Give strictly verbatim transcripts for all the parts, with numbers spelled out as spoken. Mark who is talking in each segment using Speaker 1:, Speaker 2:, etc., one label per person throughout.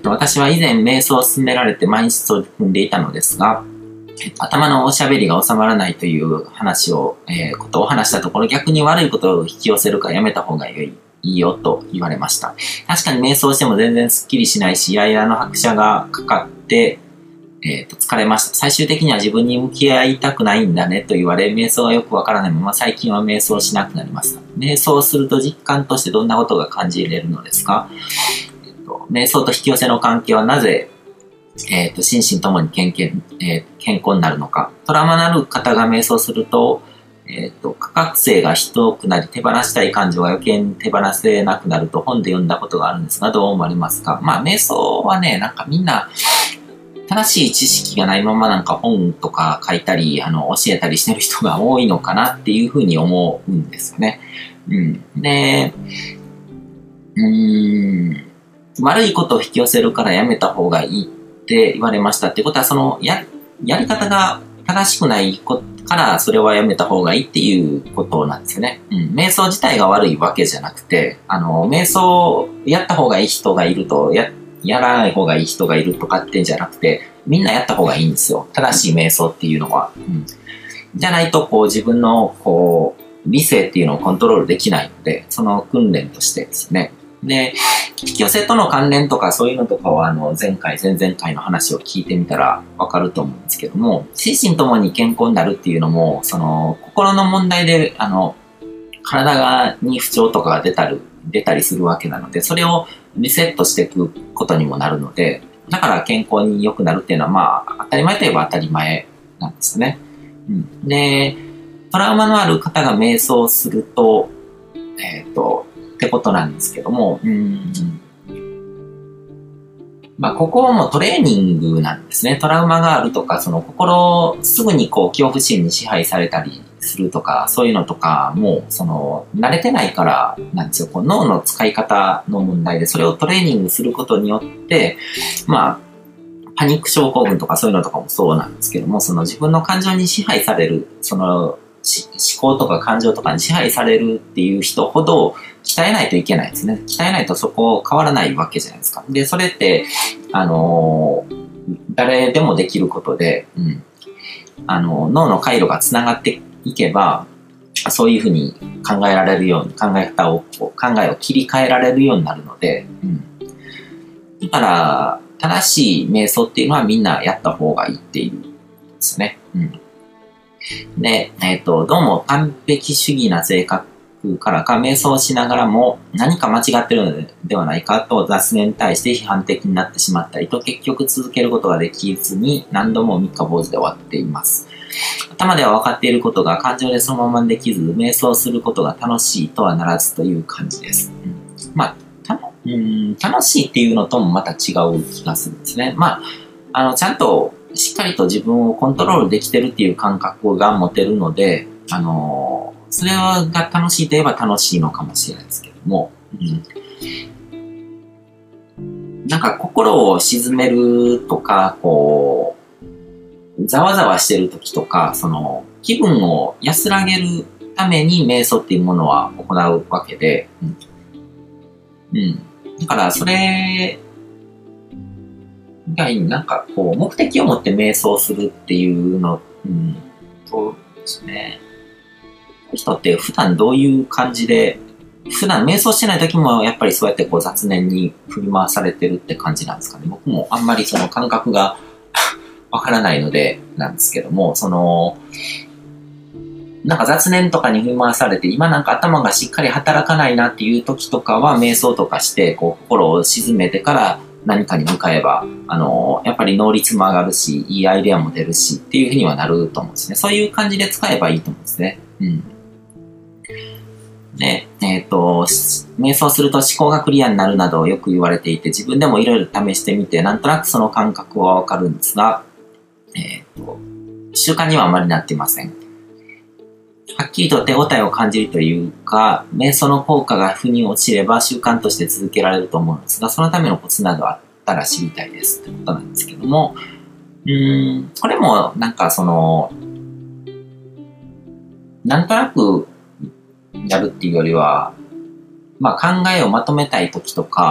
Speaker 1: 私は以前瞑想を勧められて毎日取り組んでいたのですが、頭のおしゃべりが収まらないという話を、えー、ことを話したところ、逆に悪いことを引き寄せるからやめた方が良い。いいよと言われました。確かに瞑想しても全然スッキリしないし、イライラの拍車がかかって、えー、と疲れました。最終的には自分に向き合いたくないんだねと言われ、瞑想がよくわからないまま最近は瞑想しなくなりました。瞑想すると実感としてどんなことが感じれるのですか？えー、と瞑想と引き寄せの関係はなぜ、えー、と心身ともに健健、えー、健康になるのか。トラウマのある方が瞑想すると、えっ、ー、と、価格性がひどくなり、手放したい感情が余計に手放せなくなると本で読んだことがあるんですが、どう思われますか？まあ、瞑想はね、なんかみんな、正しい知識がないままなんか本とか書いたり、あの、教えたりしてる人が多いのかなっていうふうに思うんですよね。うん。で、うーん、悪いことを引き寄せるからやめた方がいいって言われましたってことは、その、や、やり方が正しくないことからそれはやめた方がいいっていうことなんですよね。うん。瞑想自体が悪いわけじゃなくて、あの、瞑想やった方がいい人がいると、や、やらない方がいい人がいるとかってんじゃなくて、みんなやった方がいいんですよ。正しい瞑想っていうのは。うん。じゃないと、こう自分の、こう、理性っていうのをコントロールできないので、その訓練としてですね。で、引き寄せとの関連とかそういうのとかはあの前回前々回の話を聞いてみたらわかると思うんですけども、心身ともに健康になるっていうのもその心の問題であの体がに不調とかが出たり出たりするわけなので、それをリセットしていくことにもなるので、だから健康に良くなるっていうのはまあ当たり前といえば当たり前なんですね。うん、で、トラウマのある方が瞑想すると、えっとってことなんですけども、うーん、まあ、ここもトレーニングなんですね。トラウマがあるとか、その心、すぐにこう恐怖心に支配されたりするとか、そういうのとかも、その、慣れてないからなんですよ。こう脳の使い方の問題で、それをトレーニングすることによって、まあ、パニック症候群とかそういうのとかもそうなんですけども、その自分の感情に支配される、その、思考とか感情とかに支配されるっていう人ほど鍛えないといけないですね。鍛えないとそこ変わらないわけじゃないですか。で、それって、あのー、誰でもできることで、うん、あの、脳の回路がつながっていけば、そういうふうに考えられるように、考え方を、考えを切り替えられるようになるので、うん、だから、正しい瞑想っていうのはみんなやった方がいいっていうですね。うんで、えっと、どうも完璧主義な性格からか、瞑想しながらも何か間違ってるのではないかと雑念に対して批判的になってしまったりと、結局続けることができずに何度も三日坊主で終わっています。頭では分かっていることが感情でそのままできず、瞑想することが楽しいとはならずという感じです。うん、まあ、たうん楽しいっていうのともまた違う気がするんですね。まあ、あの、ちゃんとしっかりと自分をコントロールできてるっていう感覚が持てるので、あのー、それが楽しいといえば楽しいのかもしれないですけども、うん、なんか心を鎮めるとか、こう、ざわざわしてる時とか、その気分を安らげるために瞑想っていうものは行うわけで、うん。うん、だからそれ、なんかこう目的を持って瞑想するっていうの、うん、そうですね。人って普段どういう感じで、普段瞑想してない時もやっぱりそうやってこう雑念に振り回されてるって感じなんですかね。僕もあんまりその感覚がわからないのでなんですけども、その、なんか雑念とかに振り回されて、今なんか頭がしっかり働かないなっていう時とかは瞑想とかして、こう心を鎮めてから何かに向かえば、あのー、やっぱり能率も上がるし、いいアイデアも出るしっていうふうにはなると思うんですね。そういう感じで使えばいいと思うんですね。うん。で、えっと、瞑想すると思考がクリアになるなどよく言われていて、自分でもいろいろ試してみて、なんとなくその感覚はわかるんですが、えっと、習慣にはあまりなっていません。はっきりと手応えを感じるというか、瞑想の効果が腑に落ちれば習慣として続けられると思うんですが、そのためのコツなどあったら知りたいですってことなんですけども、うーん、これもなんかその、なんとなくやるっていうよりは、まあ考えをまとめたい時とか、う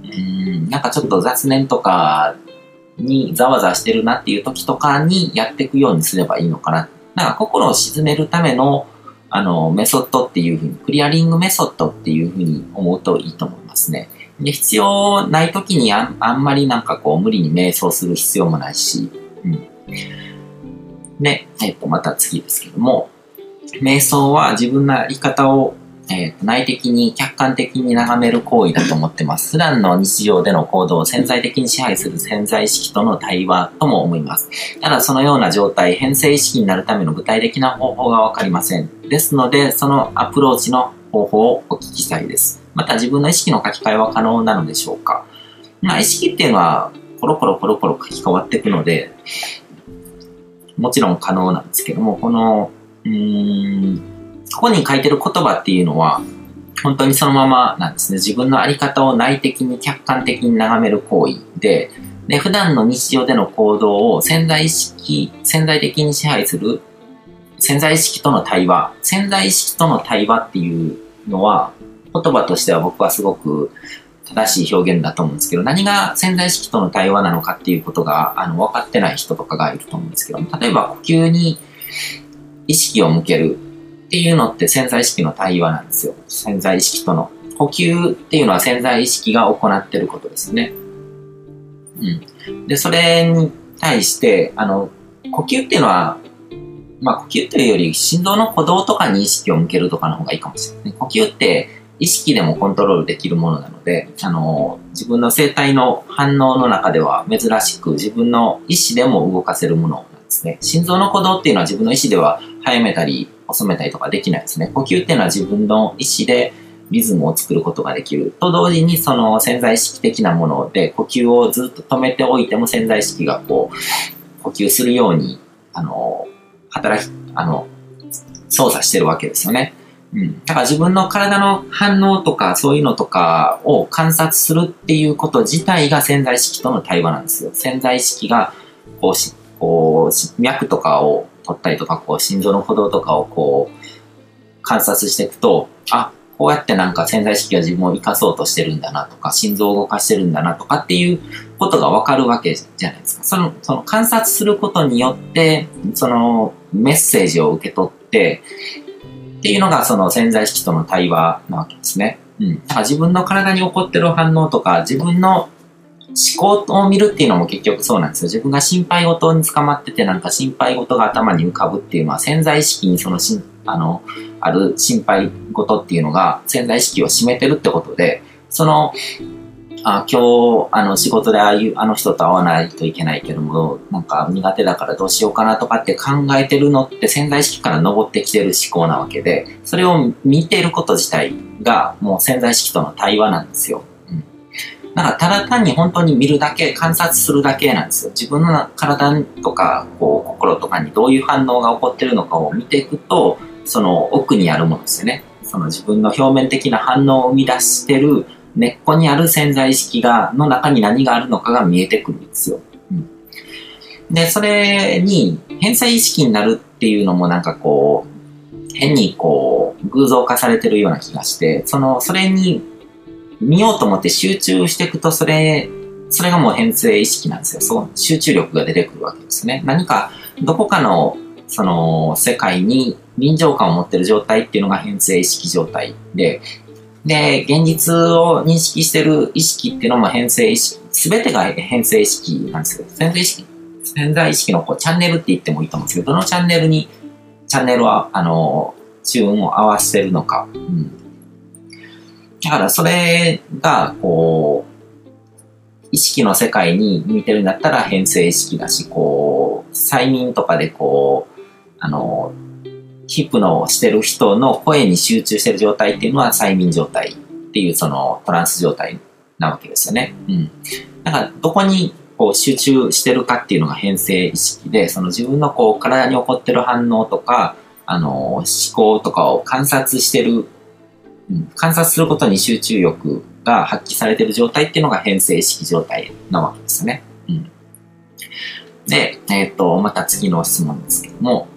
Speaker 1: ーん、なんかちょっと雑念とかにざわざわしてるなっていう時とかにやっていくようにすればいいのかな。なんか心を鎮めるための、あの、メソッドっていうふうに、クリアリングメソッドっていうふうに思うといいと思いますね。で、必要ない時にあん、あんまりなんかこう無理に瞑想する必要もないし、うん。で、えっと、また次ですけども、瞑想は自分のあり方を、えー、内的に客観的に眺める行為だと思ってます。普段の日常での行動を潜在的に支配する潜在意識との対話とも思います。ただそのような状態、変性意識になるための具体的な方法がわかりません。ですので、そのアプローチの方法をお聞きしたいです。また自分の意識の書き換えは可能なのでしょうか。まあ意識っていうのはコロコロコロコロ書き換わっていくので、もちろん可能なんですけども、この、うーん、ここに書いてる言葉っていうのは、本当にそのままなんですね。自分のあり方を内的に客観的に眺める行為で、で、普段の日常での行動を潜在意識、潜在的に支配する潜在意識との対話。潜在意識との対話っていうのは、言葉としては僕はすごく正しい表現だと思うんですけど、何が潜在意識との対話なのかっていうことが、あの、分かってない人とかがいると思うんですけど、例えば呼吸に意識を向けるっていうのって潜在意識の対話なんですよ。潜在意識との。呼吸っていうのは潜在意識が行ってることですね。うん。で、それに対して、あの、呼吸っていうのは、まあ呼吸というより心臓の鼓動とかに意識を向けるとかの方がいいかもしれない。呼吸って意識でもコントロールできるものなので、あの、自分の生体の反応の中では珍しく自分の意思でも動かせるものなんですね。心臓の鼓動っていうのは自分の意思では早めたり遅めたりとかできないですね。呼吸っていうのは自分の意思でリズムを作ることができる。と同時にその潜在意識的なもので呼吸をずっと止めておいても潜在意識がこう呼吸するように、あの、働き、あの、操作してるわけですよね。うん。だから自分の体の反応とかそういうのとかを観察するっていうこと自体が潜在意識との対話なんですよ。潜在意識がこうし、こう、脈とかを取ったりとか、こう、心臓の鼓動とかをこう、観察していくと、あ、こうやってなんか潜在意識が自分を生かそうとしてるんだなとか、心臓を動かしてるんだなとかっていうことがわかるわけじゃないですか。その、その観察することによって、そのメッセージを受け取って、っていうのがその潜在意識との対話なわけですね。うん。だから自分の体に起こってる反応とか、自分の思考を見るっていうのも結局そうなんですよ。自分が心配事に捕まってて、なんか心配事が頭に浮かぶっていうのは潜在意識にそのし、あの、ある心配事っていうのが潜在意識を占めてるってことで、その、あ、今日、あの、仕事でああいう、あの人と会わないといけないけども、なんか苦手だからどうしようかなとかって考えてるのって潜在意識から昇ってきてる思考なわけで、それを見てること自体がもう潜在意識との対話なんですよ。だからただ単に本当に見るだけ、観察するだけなんですよ。自分の体とか、こう、心とかにどういう反応が起こってるのかを見ていくと、その奥にあるものですよね。その自分の表面的な反応を生み出してる根っこにある潜在意識が、の中に何があるのかが見えてくるんですよ。うん、で、それに変性意識になるっていうのもなんかこう、変にこう、偶像化されてるような気がして、その、それに、見ようと思って集中していくと、それ、それがもう変性意識なんですよ。そう、集中力が出てくるわけですね。何か、どこかの、その、世界に臨場感を持っている状態っていうのが変性意識状態で、で、現実を認識している意識っていうのも変性意識、すべてが変性意識なんですよ。潜在意識、潜在意識のこうチャンネルって言ってもいいと思うんですけど、どのチャンネルに、チャンネルは、あの、チューンを合わせてるのか。うん。だからそれが、こう、意識の世界に向いてるんだったら変性意識だし、こう、催眠とかでこう、あの、ヒプノをしてる人の声に集中してる状態っていうのは催眠状態っていうそのトランス状態なわけですよね。うん。だからどこにこう集中してるかっていうのが変性意識で、その自分のこう体に起こってる反応とか、あの、思考とかを観察してる、うん、観察することに集中力が発揮されている状態っていうのが変性意識状態なわけですね。うん、で、えっと、また次の質問ですけども、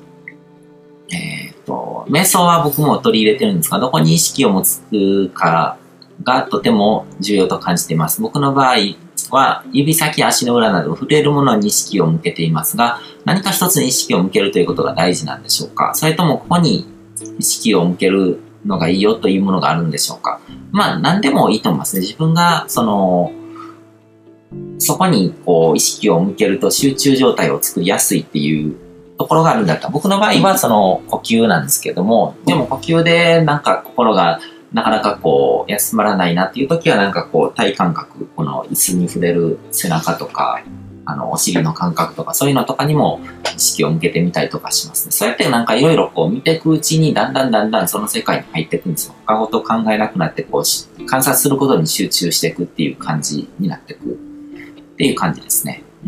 Speaker 1: えっと、瞑想は僕も取り入れてるんですが、どこに意識を持つかがとても重要と感じています。僕の場合は指先、足の裏など触れるものに意識を向けていますが、何か一つに意識を向けるということが大事なんでしょうか？それともここに意識を向けるのがいいよというものがあるんでしょうか？まあ何でもいいと思いますね。自分がそのそこにこう意識を向けると集中状態を作りやすいっていうところがあるんだったら、僕の場合はその呼吸なんですけども、でも呼吸でなんか心がなかなかこう休まらないなっていう時は、なんかこう体感覚、この椅子に触れる背中とか、あのお尻の感覚とかそういうのとかにも意識を向けてみたりとかしますね。そうやってなんかいろいろこう見ていくうちにだんだんだんだんその世界に入っていくんですよ。他事を考えなくなってこう観察することに集中していくっていう感じになっていくっていう感じですね。うん。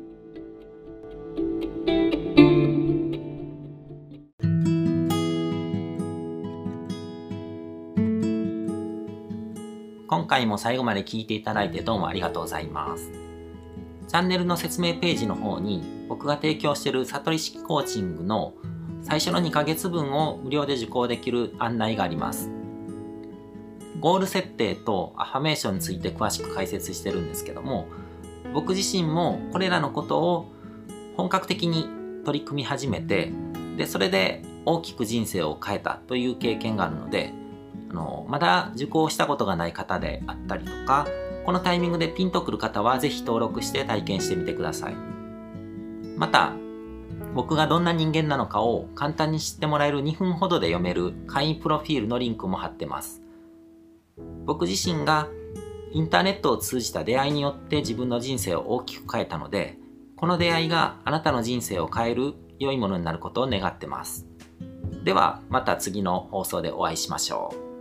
Speaker 1: 今回も最後まで聞いていただいてどうもありがとうございます。チャンネルの説明ページの方に僕が提供している悟り式コーチングの最初のにかげつぶんを無料で受講できる案内があります。ゴール設定とアファメーションについて詳しく解説してるんですけども、僕自身もこれらのことを本格的に取り組み始めて、でそれで大きく人生を変えたという経験があるので、あのまだ受講したことがない方であったりとか、このタイミングでピンとくる方はぜひ登録して体験してみてください。また、僕がどんな人間なのかを簡単に知ってもらえるにふんほどで読める会員プロフィールのリンクも貼ってます。僕自身がインターネットを通じた出会いによって自分の人生を大きく変えたので、この出会いがあなたの人生を変える良いものになることを願ってます。ではまた次の放送でお会いしましょう。